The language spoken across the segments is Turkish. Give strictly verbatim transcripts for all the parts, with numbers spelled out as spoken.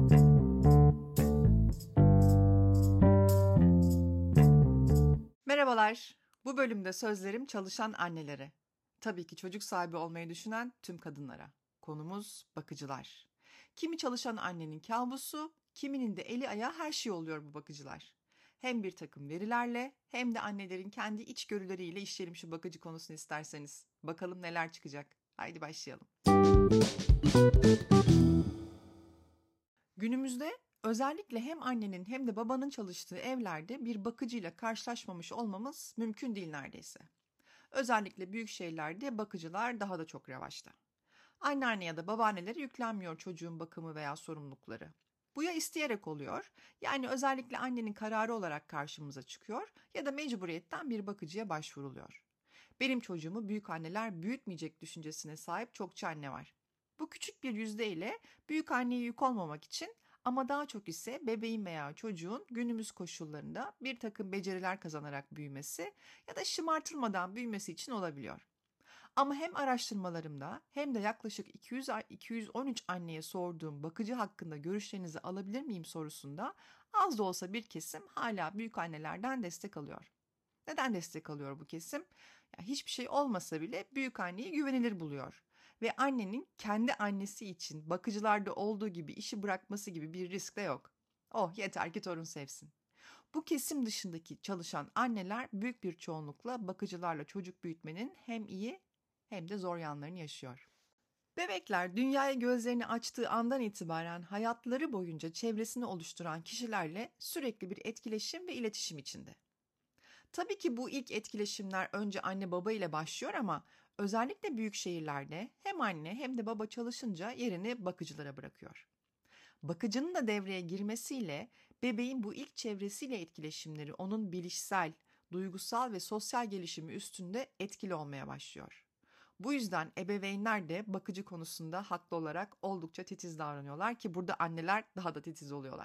Merhabalar. Bu bölümde sözlerim çalışan annelere. Tabii ki çocuk sahibi olmayı düşünen tüm kadınlara. Konumuz bakıcılar. Kimi çalışan annenin kabusu, kiminin de eli ayağı her şey oluyor bu bakıcılar. Hem bir takım verilerle hem de annelerin kendi içgörüleriyle işleyelim şu bakıcı konusunu isterseniz. Bakalım neler çıkacak. Haydi başlayalım. Günümüzde özellikle hem annenin hem de babanın çalıştığı evlerde bir bakıcıyla karşılaşmamış olmamız mümkün değil neredeyse. Özellikle büyük şehirlerde bakıcılar daha da çok revaçta. Anneanne ya da babaannelere yüklenmiyor çocuğun bakımı veya sorumlulukları. Bu ya isteyerek oluyor, yani özellikle annenin kararı olarak karşımıza çıkıyor ya da mecburiyetten bir bakıcıya başvuruluyor. Benim çocuğumu büyük anneler büyütmeyecek düşüncesine sahip çokça anne var. Bu küçük bir yüzdeyle büyük anneye yük olmamak için ama daha çok ise bebeğin veya çocuğun günümüz koşullarında bir takım beceriler kazanarak büyümesi ya da şımartılmadan büyümesi için olabiliyor. Ama hem araştırmalarımda hem de yaklaşık iki yüz iki yüz on üç anneye sorduğum bakıcı hakkında görüşlerinizi alabilir miyim sorusunda az da olsa bir kesim hala büyük annelerden destek alıyor. Neden destek alıyor bu kesim? Ya hiçbir şey olmasa bile büyük anneyi güvenilir buluyor. Ve annenin kendi annesi için bakıcılarda olduğu gibi işi bırakması gibi bir risk de yok. Oh yeter ki torun sevsin. Bu kesim dışındaki çalışan anneler büyük bir çoğunlukla bakıcılarla çocuk büyütmenin hem iyi hem de zor yanlarını yaşıyor. Bebekler dünyaya gözlerini açtığı andan itibaren hayatları boyunca çevresini oluşturan kişilerle sürekli bir etkileşim ve iletişim içinde. Tabii ki bu ilk etkileşimler önce anne baba ile başlıyor ama özellikle büyük şehirlerde hem anne hem de baba çalışınca yerini bakıcılara bırakıyor. Bakıcının da devreye girmesiyle bebeğin bu ilk çevresiyle etkileşimleri onun bilişsel, duygusal ve sosyal gelişimi üstünde etkili olmaya başlıyor. Bu yüzden ebeveynler de bakıcı konusunda haklı olarak oldukça titiz davranıyorlar ki burada anneler daha da titiz oluyorlar.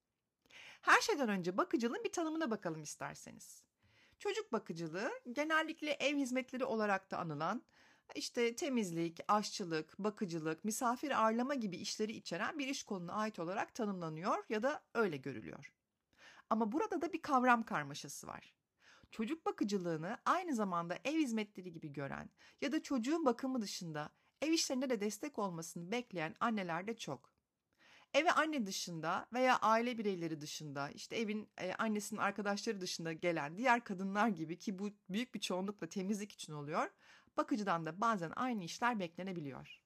Her şeyden önce bakıcılığın bir tanımına bakalım isterseniz. Çocuk bakıcılığı genellikle ev hizmetleri olarak da anılan, işte temizlik, aşçılık, bakıcılık, misafir ağırlama gibi işleri içeren bir iş koluna ait olarak tanımlanıyor ya da öyle görülüyor. Ama burada da bir kavram karmaşası var. Çocuk bakıcılığını aynı zamanda ev hizmetleri gibi gören ya da çocuğun bakımı dışında ev işlerine de destek olmasını bekleyen anneler de çok. Eve anne dışında veya aile bireyleri dışında, işte evin e, annesinin arkadaşları dışında gelen diğer kadınlar gibi ki bu büyük bir çoğunlukla temizlik için oluyor, bakıcıdan da bazen aynı işler beklenebiliyor.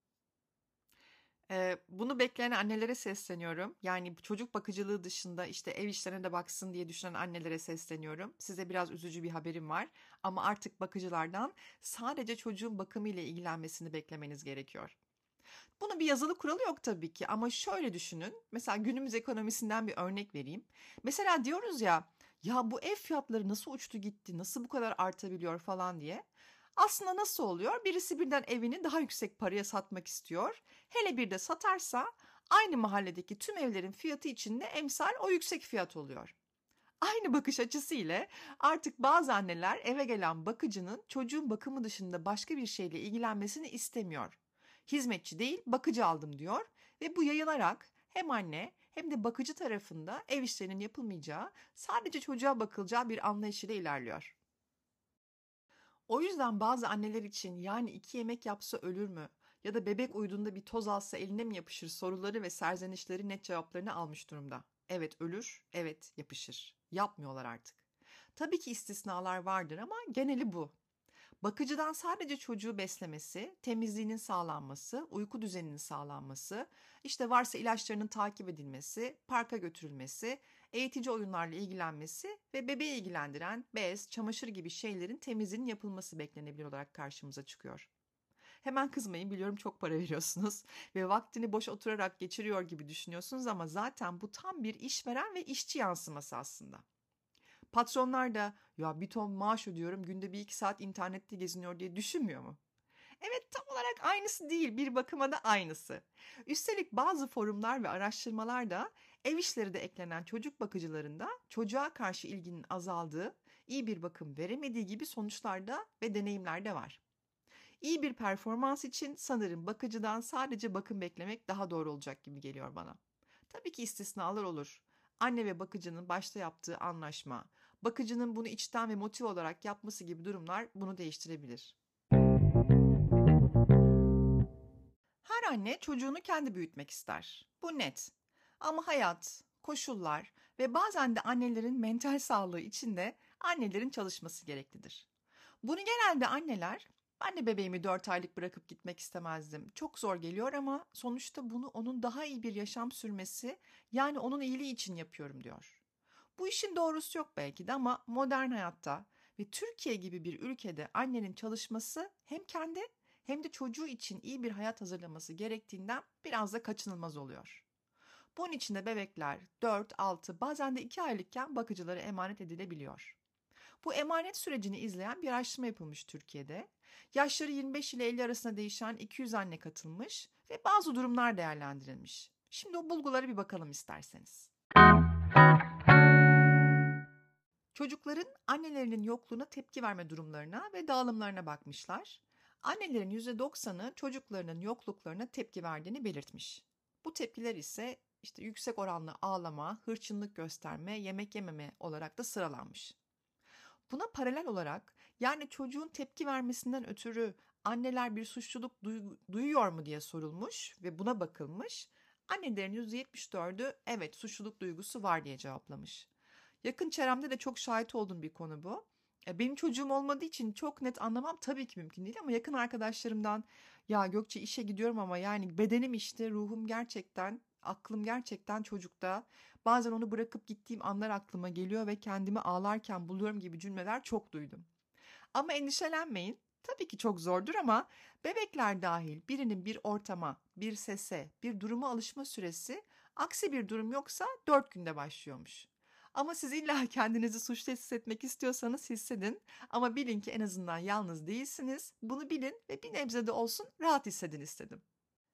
Ee, bunu bekleyen annelere sesleniyorum. Yani çocuk bakıcılığı dışında işte ev işlerine de baksın diye düşünen annelere sesleniyorum. Size biraz üzücü bir haberim var. Ama artık bakıcılardan sadece çocuğun bakımı ile ilgilenmesini beklemeniz gerekiyor. Bunun bir yazılı kuralı yok tabii ki ama şöyle düşünün. Mesela günümüz ekonomisinden bir örnek vereyim. Mesela diyoruz ya, ya bu ev fiyatları nasıl uçtu gitti, nasıl bu kadar artabiliyor falan diye. Aslında nasıl oluyor? Birisi birden evini daha yüksek paraya satmak istiyor. Hele bir de satarsa aynı mahalledeki tüm evlerin fiyatı içinde emsal o yüksek fiyat oluyor. Aynı bakış açısı ile artık bazı anneler eve gelen bakıcının çocuğun bakımı dışında başka bir şeyle ilgilenmesini istemiyor. Hizmetçi değil, bakıcı aldım diyor ve bu yayılarak hem anne hem de bakıcı tarafında ev işlerinin yapılmayacağı, sadece çocuğa bakılacağı bir anlayış ile ilerliyor. O yüzden bazı anneler için yani iki yemek yapsa ölür mü ya da bebek uyuduğunda bir toz alsa eline mi yapışır soruları ve serzenişleri net cevaplarını almış durumda. Evet ölür, evet yapışır. Yapmıyorlar artık. Tabii ki istisnalar vardır ama geneli bu. Bakıcıdan sadece çocuğu beslemesi, temizliğinin sağlanması, uyku düzeninin sağlanması, işte varsa ilaçlarının takip edilmesi, parka götürülmesi, eğitici oyunlarla ilgilenmesi ve bebeği ilgilendiren bez, çamaşır gibi şeylerin temizliğinin yapılması beklenebilir olarak karşımıza çıkıyor. Hemen kızmayın, biliyorum çok para veriyorsunuz ve vaktini boş oturarak geçiriyor gibi düşünüyorsunuz ama zaten bu tam bir işveren ve işçi yansıması aslında. Patronlar da ya bir ton maaş ödüyorum günde bir iki saat internette geziniyor diye düşünmüyor mu? Evet, tam olarak aynısı değil, bir bakıma da aynısı. Üstelik bazı forumlar ve araştırmalar da ev işleri de eklenen çocuk bakıcılarında çocuğa karşı ilginin azaldığı, iyi bir bakım veremediği gibi sonuçlarda ve deneyimlerde var. İyi bir performans için sanırım bakıcıdan sadece bakım beklemek daha doğru olacak gibi geliyor bana. Tabii ki istisnalar olur. Anne ve bakıcının başta yaptığı anlaşma, bakıcının bunu içten ve motive olarak yapması gibi durumlar bunu değiştirebilir. Her anne çocuğunu kendi büyütmek ister. Bu net. Ama hayat, koşullar ve bazen de annelerin mental sağlığı için de annelerin çalışması gereklidir. Bunu genelde anneler, ben de bebeğimi dört aylık bırakıp gitmek istemezdim. Çok zor geliyor ama sonuçta bunu onun daha iyi bir yaşam sürmesi, yani onun iyiliği için yapıyorum diyor. Bu işin doğrusu yok belki de ama modern hayatta ve Türkiye gibi bir ülkede annenin çalışması hem kendi hem de çocuğu için iyi bir hayat hazırlaması gerektiğinden biraz da kaçınılmaz oluyor. Bunun için de bebekler dört, altı, bazen de iki aylıkken bakıcılara emanet edilebiliyor. Bu emanet sürecini izleyen bir araştırma yapılmış Türkiye'de. Yaşları yirmi beş ile elli arasında değişen iki yüz anne katılmış ve bazı durumlar değerlendirilmiş. Şimdi o bulgulara bir bakalım isterseniz. Çocukların annelerinin yokluğuna tepki verme durumlarına ve dağılımlarına bakmışlar. Annelerin yüzde doksanı çocuklarının yokluklarına tepki verdiğini belirtmiş. Bu tepkiler ise işte yüksek oranlı ağlama, hırçınlık gösterme, yemek yememe olarak da sıralanmış. Buna paralel olarak, yani çocuğun tepki vermesinden ötürü anneler bir suçluluk duy- duyuyor mu diye sorulmuş ve buna bakılmış. Annelerin yüzde yetmiş dördü evet suçluluk duygusu var diye cevaplamış. Yakın çevremde de çok şahit olduğum bir konu bu. E, Benim çocuğum olmadığı için çok net anlamam tabii ki mümkün değil ama yakın arkadaşlarımdan ya Gökçe işe gidiyorum ama yani bedenim işte, ruhum gerçekten, aklım gerçekten çocukta. Bazen onu bırakıp gittiğim anlar aklıma geliyor ve kendimi ağlarken buluyorum gibi cümleler çok duydum. Ama endişelenmeyin. Tabii ki çok zordur ama bebekler dahil birinin bir ortama, bir sese, bir duruma alışma süresi aksi bir durum yoksa dört günde başlıyormuş. Ama siz illa kendinizi suçlu hissetmek istiyorsanız hissedin. Ama bilin ki en azından yalnız değilsiniz. Bunu bilin ve bir nebze de olsun rahat hissedin istedim.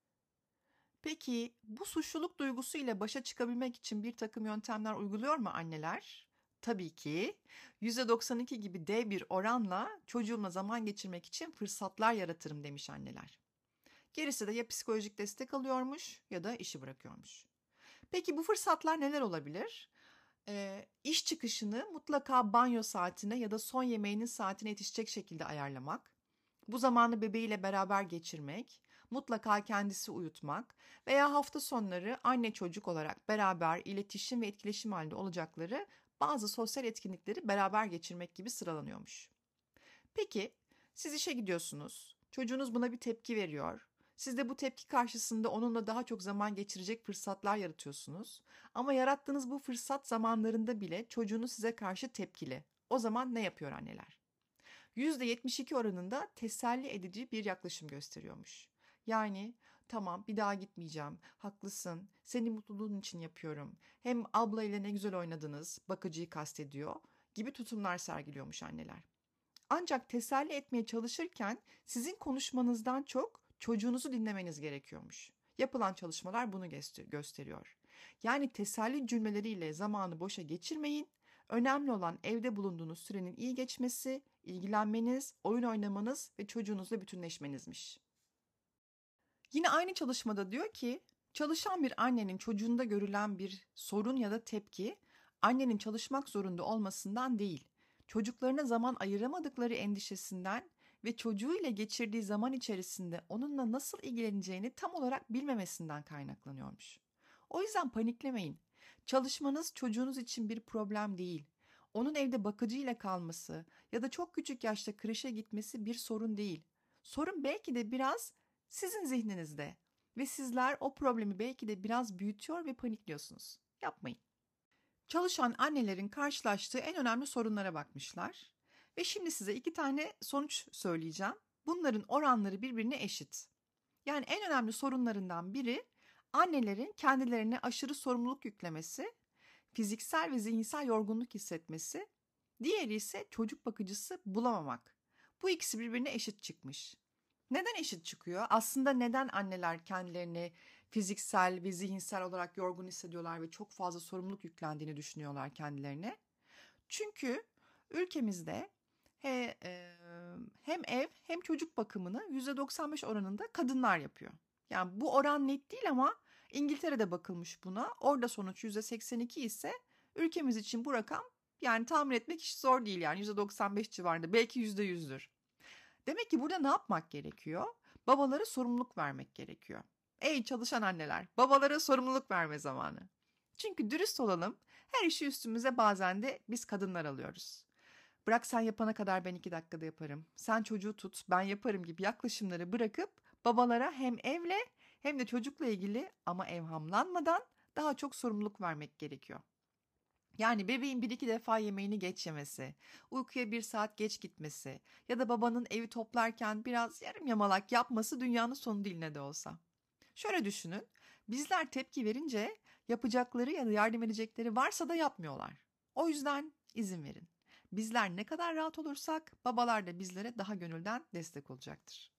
Peki bu suçluluk duygusuyla başa çıkabilmek için bir takım yöntemler uyguluyor mu anneler? Tabii ki yüzde doksan iki gibi dev bir oranla çocuğumla zaman geçirmek için fırsatlar yaratırım demiş anneler. Gerisi de ya psikolojik destek alıyormuş ya da işi bırakıyormuş. Peki bu fırsatlar neler olabilir? Ee, iş çıkışını mutlaka banyo saatine ya da son yemeğinin saatine yetişecek şekilde ayarlamak. Bu zamanı bebeğiyle beraber geçirmek, mutlaka kendisi uyutmak veya hafta sonları anne çocuk olarak beraber iletişim ve etkileşim halinde olacakları bazı sosyal etkinlikleri beraber geçirmek gibi sıralanıyormuş. Peki, siz işe gidiyorsunuz. Çocuğunuz buna bir tepki veriyor. Siz de bu tepki karşısında onunla daha çok zaman geçirecek fırsatlar yaratıyorsunuz. Ama yarattığınız bu fırsat zamanlarında bile çocuğunuz size karşı tepkili. O zaman ne yapıyor anneler? yüzde yetmiş iki oranında teselli edici bir yaklaşım gösteriyormuş. Yani tamam bir daha gitmeyeceğim, haklısın, senin mutluluğun için yapıyorum. Hem abla ile ne güzel oynadınız, bakıcıyı kastediyor gibi tutumlar sergiliyormuş anneler. Ancak teselli etmeye çalışırken sizin konuşmanızdan çok çocuğunuzu dinlemeniz gerekiyormuş. Yapılan çalışmalar bunu gösteriyor. Yani teselli cümleleriyle zamanı boşa geçirmeyin. Önemli olan evde bulunduğunuz sürenin iyi geçmesi, ilgilenmeniz, oyun oynamanız ve çocuğunuzla bütünleşmenizmiş. Yine aynı çalışmada diyor ki, çalışan bir annenin çocuğunda görülen bir sorun ya da tepki, annenin çalışmak zorunda olmasından değil, çocuklarına zaman ayıramadıkları endişesinden ve çocuğuyla geçirdiği zaman içerisinde onunla nasıl ilgileneceğini tam olarak bilmemesinden kaynaklanıyormuş. O yüzden paniklemeyin. Çalışmanız çocuğunuz için bir problem değil. Onun evde bakıcıyla kalması ya da çok küçük yaşta kreşe gitmesi bir sorun değil. Sorun belki de biraz sizin zihninizde ve sizler o problemi belki de biraz büyütüyor ve panikliyorsunuz. Yapmayın. Çalışan annelerin karşılaştığı en önemli sorunlara bakmışlar. Ve şimdi size iki tane sonuç söyleyeceğim. Bunların oranları birbirine eşit. Yani en önemli sorunlarından biri annelerin kendilerine aşırı sorumluluk yüklemesi, fiziksel ve zihinsel yorgunluk hissetmesi, diğeri ise çocuk bakıcısı bulamamak. Bu ikisi birbirine eşit çıkmış. Neden eşit çıkıyor? Aslında neden anneler kendilerini fiziksel ve zihinsel olarak yorgun hissediyorlar ve çok fazla sorumluluk yüklendiğini düşünüyorlar kendilerine? Çünkü ülkemizde he, e, hem ev hem çocuk bakımını yüzde doksan beş oranında kadınlar yapıyor. Yani bu oran net değil ama İngiltere'de bakılmış buna. Orada sonuç yüzde seksen iki ise ülkemiz için bu rakam yani tahmin etmek hiç zor değil, yani yüzde doksan beş civarında, belki yüzde yüzdür. Demek ki burada ne yapmak gerekiyor? Babalara sorumluluk vermek gerekiyor. Ey çalışan anneler, babalara sorumluluk verme zamanı. Çünkü dürüst olalım, her işi üstümüze bazen de biz kadınlar alıyoruz. Bırak sen yapana kadar ben iki dakikada yaparım. Sen çocuğu tut, ben yaparım gibi yaklaşımları bırakıp babalara hem evle hem de çocukla ilgili ama evhamlanmadan daha çok sorumluluk vermek gerekiyor. Yani bebeğin bir iki defa yemeğini geç yemesi, uykuya bir saat geç gitmesi ya da babanın evi toplarken biraz yarım yamalak yapması dünyanın sonu değil ne de olsa. Şöyle düşünün, bizler tepki verince yapacakları ya da yardım edecekleri varsa da yapmıyorlar. O yüzden izin verin. Bizler ne kadar rahat olursak babalar da bizlere daha gönülden destek olacaktır.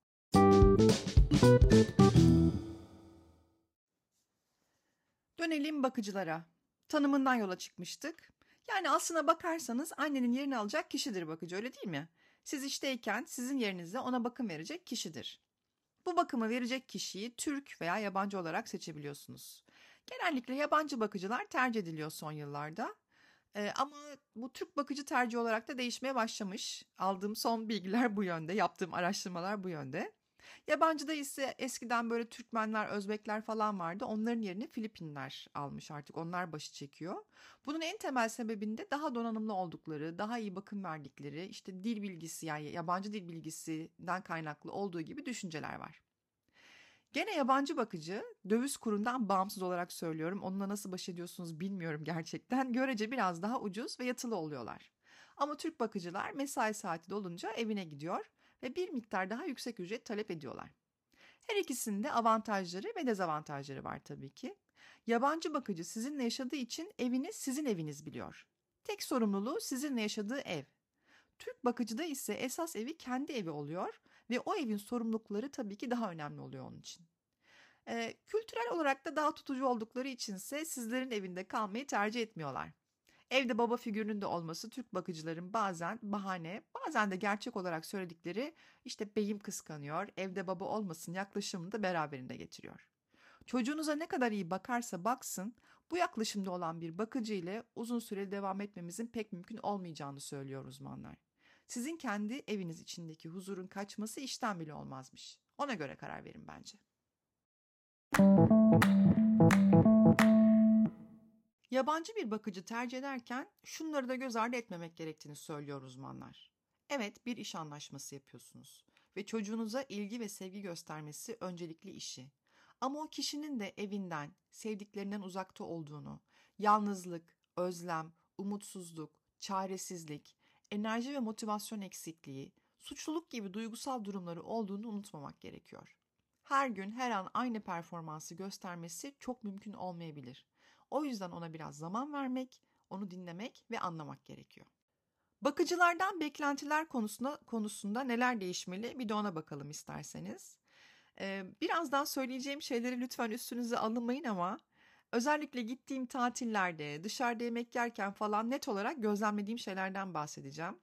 Dönelim bakıcılara. Tanımından yola çıkmıştık. Yani aslına bakarsanız annenin yerini alacak kişidir bakıcı, öyle değil mi? Siz işteyken sizin yerinizde ona bakım verecek kişidir. Bu bakımı verecek kişiyi Türk veya yabancı olarak seçebiliyorsunuz. Genellikle yabancı bakıcılar tercih ediliyor son yıllarda. Ee, ama bu Türk bakıcı tercih olarak da değişmeye başlamış. Aldığım son bilgiler bu yönde, yaptığım araştırmalar bu yönde. Yabancıda ise eskiden böyle Türkmenler, Özbekler falan vardı. Onların yerini Filipinler almış artık. Onlar başı çekiyor. Bunun en temel sebebinde daha donanımlı oldukları, daha iyi bakım verdikleri, işte dil bilgisi yani yabancı dil bilgisinden kaynaklı olduğu gibi düşünceler var. Gene yabancı bakıcı, döviz kurundan bağımsız olarak söylüyorum. Onunla nasıl baş ediyorsunuz bilmiyorum gerçekten. Görece biraz daha ucuz ve yatılı oluyorlar. Ama Türk bakıcılar mesai saati dolunca evine gidiyor ve bir miktar daha yüksek ücret talep ediyorlar. Her ikisinin de avantajları ve dezavantajları var tabii ki. Yabancı bakıcı sizinle yaşadığı için evini sizin eviniz biliyor. Tek sorumluluğu sizinle yaşadığı ev. Türk bakıcıda ise esas evi kendi evi oluyor ve o evin sorumlulukları tabii ki daha önemli oluyor onun için. Ee, kültürel olarak da daha tutucu oldukları içinse sizlerin evinde kalmayı tercih etmiyorlar. Evde baba figürünün de olması Türk bakıcıların bazen bahane, bazen de gerçek olarak söyledikleri işte beyim kıskanıyor, evde baba olmasın yaklaşımını da beraberinde getiriyor. Çocuğunuza ne kadar iyi bakarsa baksın, bu yaklaşımda olan bir bakıcı ile uzun süreli devam etmemizin pek mümkün olmayacağını söylüyor uzmanlar. Sizin kendi eviniz içindeki huzurun kaçması işten bile olmazmış. Ona göre karar verin bence. Yabancı bir bakıcı tercih ederken şunları da göz ardı etmemek gerektiğini söylüyor uzmanlar. Evet, bir iş anlaşması yapıyorsunuz ve çocuğunuza ilgi ve sevgi göstermesi öncelikli işi. Ama o kişinin de evinden, sevdiklerinden uzakta olduğunu, yalnızlık, özlem, umutsuzluk, çaresizlik, enerji ve motivasyon eksikliği, suçluluk gibi duygusal durumları olduğunu unutmamak gerekiyor. Her gün her an aynı performansı göstermesi çok mümkün olmayabilir. O yüzden ona biraz zaman vermek, onu dinlemek ve anlamak gerekiyor. Bakıcılardan beklentiler konusunda, konusunda neler değişmeli bir de ona bakalım isterseniz. Ee, birazdan söyleyeceğim şeyleri lütfen üstünüze alınmayın ama özellikle gittiğim tatillerde, dışarıda yemek yerken falan net olarak gözlemlediğim şeylerden bahsedeceğim.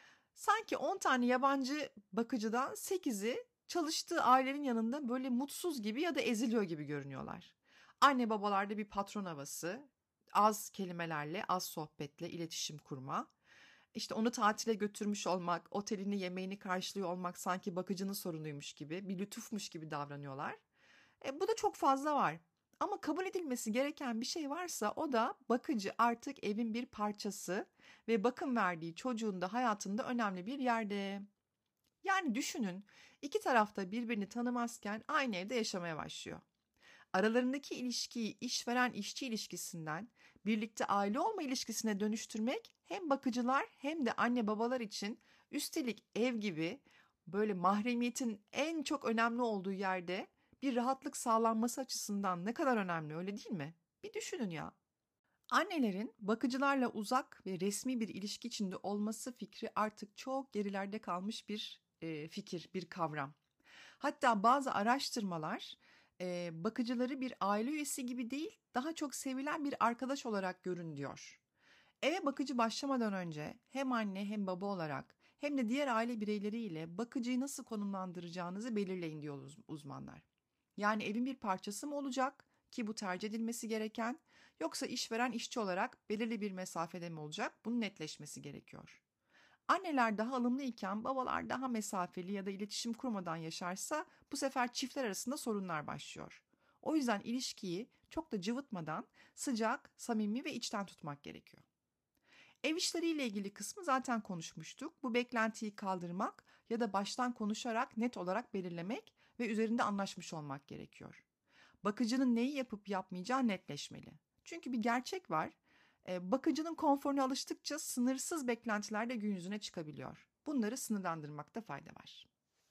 Sanki on tane yabancı bakıcıdan sekizi çalıştığı ailenin yanında böyle mutsuz gibi ya da eziliyor gibi görünüyorlar. Anne babalarda bir patron havası, az kelimelerle, az sohbetle iletişim kurma. İşte onu tatile götürmüş olmak, otelini, yemeğini karşılıyor olmak sanki bakıcının sorunuymuş gibi, bir lütufmuş gibi davranıyorlar. E, bu da çok fazla var. Ama kabul edilmesi gereken bir şey varsa o da bakıcı artık evin bir parçası ve bakım verdiği çocuğun da hayatında önemli bir yerde. Yani düşünün, iki tarafta birbirini tanımazken aynı evde yaşamaya başlıyor. Aralarındaki ilişkiyi işveren-işçi ilişkisinden birlikte aile olma ilişkisine dönüştürmek hem bakıcılar hem de anne babalar için, üstelik ev gibi böyle mahremiyetin en çok önemli olduğu yerde bir rahatlık sağlanması açısından ne kadar önemli, öyle değil mi? Bir düşünün ya. Annelerin bakıcılarla uzak ve resmi bir ilişki içinde olması fikri artık çok gerilerde kalmış bir e, fikir, bir kavram. Hatta bazı araştırmalar e, bakıcıları bir aile üyesi gibi değil, daha çok sevilen bir arkadaş olarak görün diyor. Eve bakıcı başlamadan önce hem anne hem baba olarak hem de diğer aile bireyleriyle bakıcıyı nasıl konumlandıracağınızı belirleyin diyor uzmanlar. Yani evin bir parçası mı olacak ki bu tercih edilmesi gereken, yoksa işveren işçi olarak belirli bir mesafede mi olacak? Bunun netleşmesi gerekiyor. Anneler daha ılımlı iken babalar daha mesafeli ya da iletişim kurmadan yaşarsa bu sefer çiftler arasında sorunlar başlıyor. O yüzden ilişkiyi çok da cıvıtmadan sıcak, samimi ve içten tutmak gerekiyor. Ev işleriyle ilgili kısmı zaten konuşmuştuk. Bu beklentiyi kaldırmak ya da baştan konuşarak net olarak belirlemek ve üzerinde anlaşmış olmak gerekiyor. Bakıcının neyi yapıp yapmayacağı netleşmeli. Çünkü bir gerçek var. E, bakıcının konforuna alıştıkça sınırsız beklentiler de gün yüzüne çıkabiliyor. Bunları sınırlandırmakta fayda var.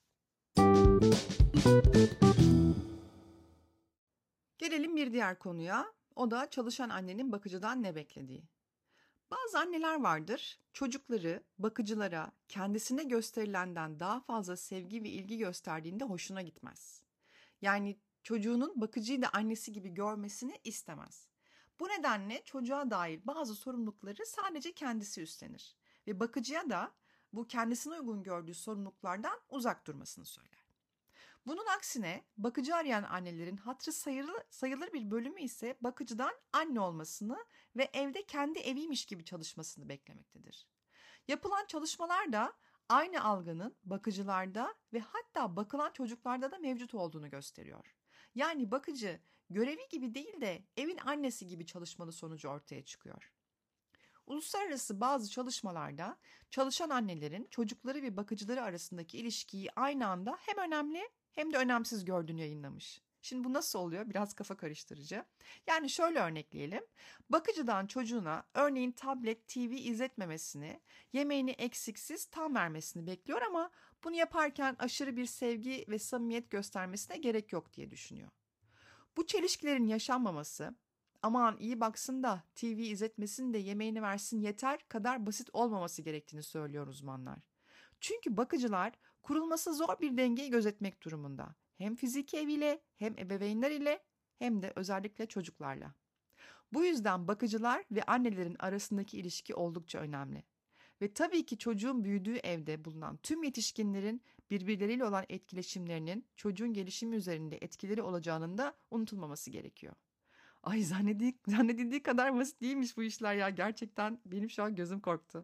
Gelelim bir diğer konuya. O da çalışan annenin bakıcıdan ne beklediği. Bazı anneler vardır, çocukları bakıcılara kendisine gösterilenden daha fazla sevgi ve ilgi gösterdiğinde hoşuna gitmez. Yani çocuğunun bakıcıyı da annesi gibi görmesini istemez. Bu nedenle çocuğa dair bazı sorumlulukları sadece kendisi üstlenir ve bakıcıya da bu kendisine uygun gördüğü sorumluluklardan uzak durmasını söyler. Bunun aksine bakıcı arayan annelerin hatırı sayılı, sayılır bir bölümü ise bakıcıdan anne olmasını ve evde kendi eviymiş gibi çalışmasını beklemektedir. Yapılan çalışmalar da aynı algının bakıcılarda ve hatta bakılan çocuklarda da mevcut olduğunu gösteriyor. Yani bakıcı görevi gibi değil de evin annesi gibi çalışmalı sonucu ortaya çıkıyor. Uluslararası bazı çalışmalarda çalışan annelerin çocukları ve bakıcıları arasındaki ilişkiyi aynı anda hem önemli hem de önemsiz gördüğünü yayınlamış. Şimdi bu nasıl oluyor? Biraz kafa karıştırıcı. Yani şöyle örnekleyelim. Bakıcıdan çocuğuna örneğin tablet, T V izletmemesini, yemeğini eksiksiz tam vermesini bekliyor ama bunu yaparken aşırı bir sevgi ve samimiyet göstermesine gerek yok diye düşünüyor. Bu çelişkilerin yaşanmaması, aman iyi baksın da T V izletmesin de yemeğini versin yeter kadar basit olmaması gerektiğini söylüyor uzmanlar. Çünkü bakıcılar kurulması zor bir dengeyi gözetmek durumunda. Hem fiziki eviyle hem ebeveynler ile hem de özellikle çocuklarla. Bu yüzden bakıcılar ve annelerin arasındaki ilişki oldukça önemli. Ve tabii ki çocuğun büyüdüğü evde bulunan tüm yetişkinlerin birbirleriyle olan etkileşimlerinin çocuğun gelişimi üzerinde etkileri olacağının da unutulmaması gerekiyor. Ay zannedildiği, zannedildiği kadar basit değilmiş bu işler ya. Gerçekten benim şu an gözüm korktu.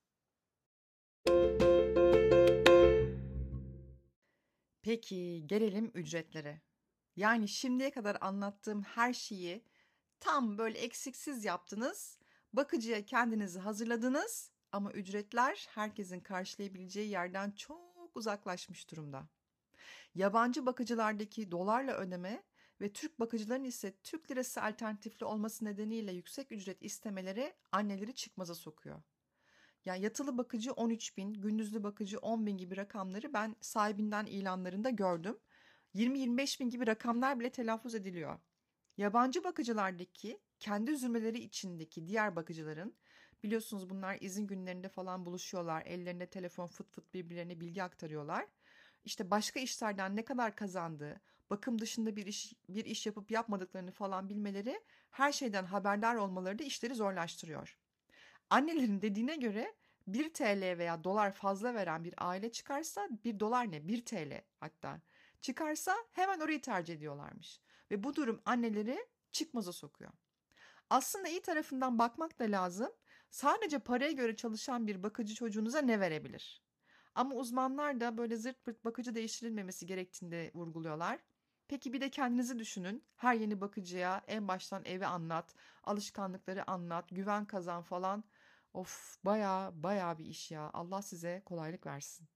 Peki gelelim ücretlere. Yani şimdiye kadar anlattığım her şeyi tam böyle eksiksiz yaptınız. Bakıcıya kendinizi hazırladınız ama ücretler herkesin karşılayabileceği yerden çok uzaklaşmış durumda. Yabancı bakıcılardaki dolarla ödeme ve Türk bakıcıların ise Türk lirası alternatifli olması nedeniyle yüksek ücret istemeleri anneleri çıkmaza sokuyor. Yani yatılı bakıcı on üç bin, gündüzlü bakıcı on bin gibi rakamları ben sahibinden ilanlarında gördüm. yirmi yirmi beş bin gibi rakamlar bile telaffuz ediliyor. Yabancı bakıcılardaki kendi üzülmeleri içindeki diğer bakıcıların, biliyorsunuz bunlar izin günlerinde falan buluşuyorlar. Ellerinde telefon fıt fıt birbirlerine bilgi aktarıyorlar. İşte başka işlerden ne kadar kazandığı, bakım dışında bir iş, bir iş yapıp yapmadıklarını falan bilmeleri, her şeyden haberdar olmaları da işleri zorlaştırıyor. Annelerin dediğine göre bir T L veya dolar fazla veren bir aile çıkarsa, bir dolar ne bir T L hatta çıkarsa hemen orayı tercih ediyorlarmış. Ve bu durum anneleri çıkmaza sokuyor. Aslında iyi tarafından bakmak da lazım. Sadece paraya göre çalışan bir bakıcı çocuğunuza ne verebilir? Ama uzmanlar da böyle zırt pırt bakıcı değiştirilmemesi gerektiğini de vurguluyorlar. Peki bir de kendinizi düşünün. Her yeni bakıcıya en baştan evi anlat, alışkanlıkları anlat, güven kazan falan. Of baya baya bir iş ya. Allah size kolaylık versin.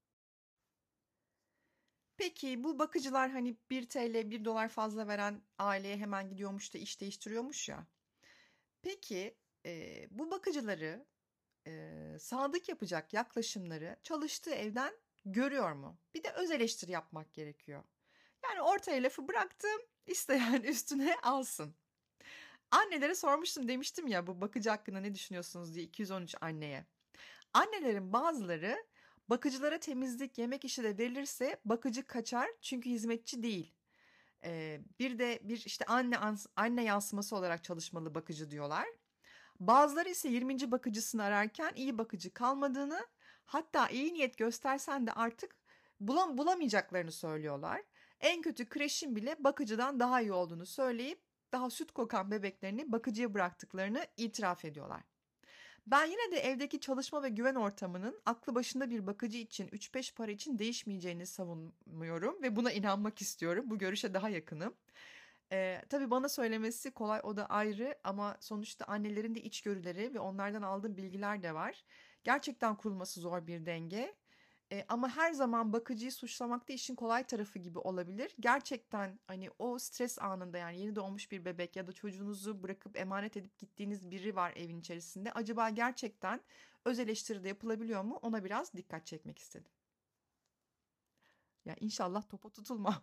Peki bu bakıcılar hani bir T L bir dolar fazla veren aileye hemen gidiyormuş da iş değiştiriyormuş ya. Peki e, bu bakıcıları e, sadık yapacak yaklaşımları çalıştığı evden görüyor mu? Bir de öz eleştiri yapmak gerekiyor. Yani ortaya lafı bıraktım, isteyen üstüne alsın. Annelere sormuştum, demiştim ya bu bakıcı hakkında ne düşünüyorsunuz diye iki yüz on üç anneye. Annelerin bazıları bakıcılara temizlik, yemek işi de verilirse bakıcı kaçar çünkü hizmetçi değil. Ee, bir de bir işte anne anne yansıması olarak çalışmalı bakıcı diyorlar. Bazıları ise yirminci bakıcısını ararken iyi bakıcı kalmadığını, hatta iyi niyet göstersen de artık bulam bulamayacaklarını söylüyorlar. En kötü kreşin bile bakıcıdan daha iyi olduğunu söyleyip daha süt kokan bebeklerini bakıcıya bıraktıklarını itiraf ediyorlar. Ben yine de evdeki çalışma ve güven ortamının aklı başında bir bakıcı için üç beş para için değişmeyeceğini savunmuyorum ve buna inanmak istiyorum. Bu görüşe daha yakınım. Ee, tabii bana söylemesi kolay, o da ayrı, ama sonuçta annelerin de içgörüleri ve onlardan aldığım bilgiler de var. Gerçekten kurulması zor bir denge. Ee, ama her zaman bakıcıyı suçlamak da işin kolay tarafı gibi olabilir. Gerçekten hani o stres anında, yani yeni doğmuş bir bebek ya da çocuğunuzu bırakıp emanet edip gittiğiniz biri var evin içerisinde. Acaba gerçekten öz eleştiri de yapılabiliyor mu? Ona biraz dikkat çekmek istedim. Ya inşallah topa tutulma.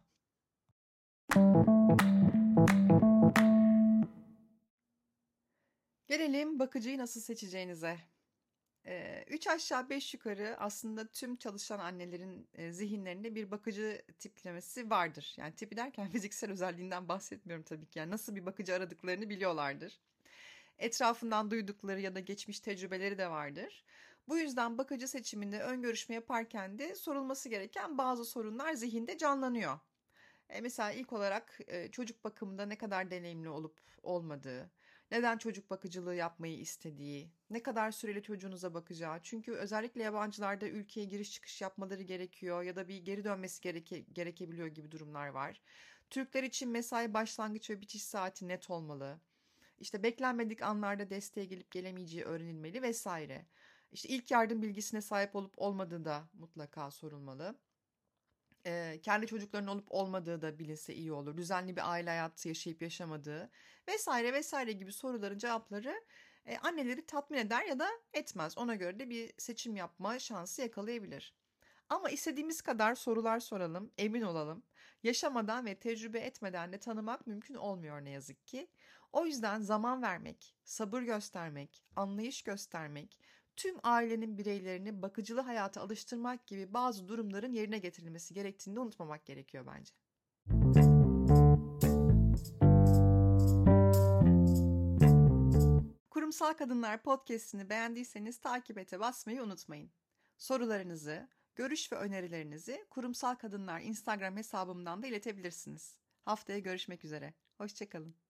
Gelelim bakıcıyı nasıl seçeceğinize. Eee, Üç aşağı beş yukarı aslında tüm çalışan annelerin e, zihinlerinde bir bakıcı tiplemesi vardır. Yani tipi derken fiziksel özelliğinden bahsetmiyorum tabii ki. Yani nasıl bir bakıcı aradıklarını biliyorlardır. Etrafından duydukları ya da geçmiş tecrübeleri de vardır. Bu yüzden bakıcı seçiminde ön görüşme yaparken de sorulması gereken bazı sorunlar zihinde canlanıyor. E, mesela ilk olarak e, çocuk bakımında ne kadar deneyimli olup olmadığı, neden çocuk bakıcılığı yapmayı istediği, ne kadar süreli çocuğunuza bakacağı. Çünkü özellikle yabancılarda ülkeye giriş çıkış yapmaları gerekiyor ya da bir geri dönmesi gereke, gerekebiliyor gibi durumlar var. Türkler için mesai başlangıç ve bitiş saati net olmalı. İşte beklenmedik anlarda desteğe gelip gelemeyeceği öğrenilmeli vesaire. İşte ilk yardım bilgisine sahip olup olmadığı da mutlaka sorulmalı. Eee, kendi çocuklarının olup olmadığı da bilinse iyi olur. Düzenli bir aile hayatı yaşayıp yaşamadığı vesaire vesaire gibi soruların cevapları e, anneleri tatmin eder ya da etmez. Ona göre de bir seçim yapma şansı yakalayabilir. Ama istediğimiz kadar sorular soralım, emin olalım. Yaşamadan ve tecrübe etmeden de tanımak mümkün olmuyor ne yazık ki. O yüzden zaman vermek, sabır göstermek, anlayış göstermek, tüm ailenin bireylerini bakıcılı hayata alıştırmak gibi bazı durumların yerine getirilmesi gerektiğini de unutmamak gerekiyor bence. Kurumsal Kadınlar Podcast'ini beğendiyseniz takip ete basmayı unutmayın. Sorularınızı, görüş ve önerilerinizi Kurumsal Kadınlar Instagram hesabımdan da iletebilirsiniz. Haftaya görüşmek üzere. Hoşça kalın.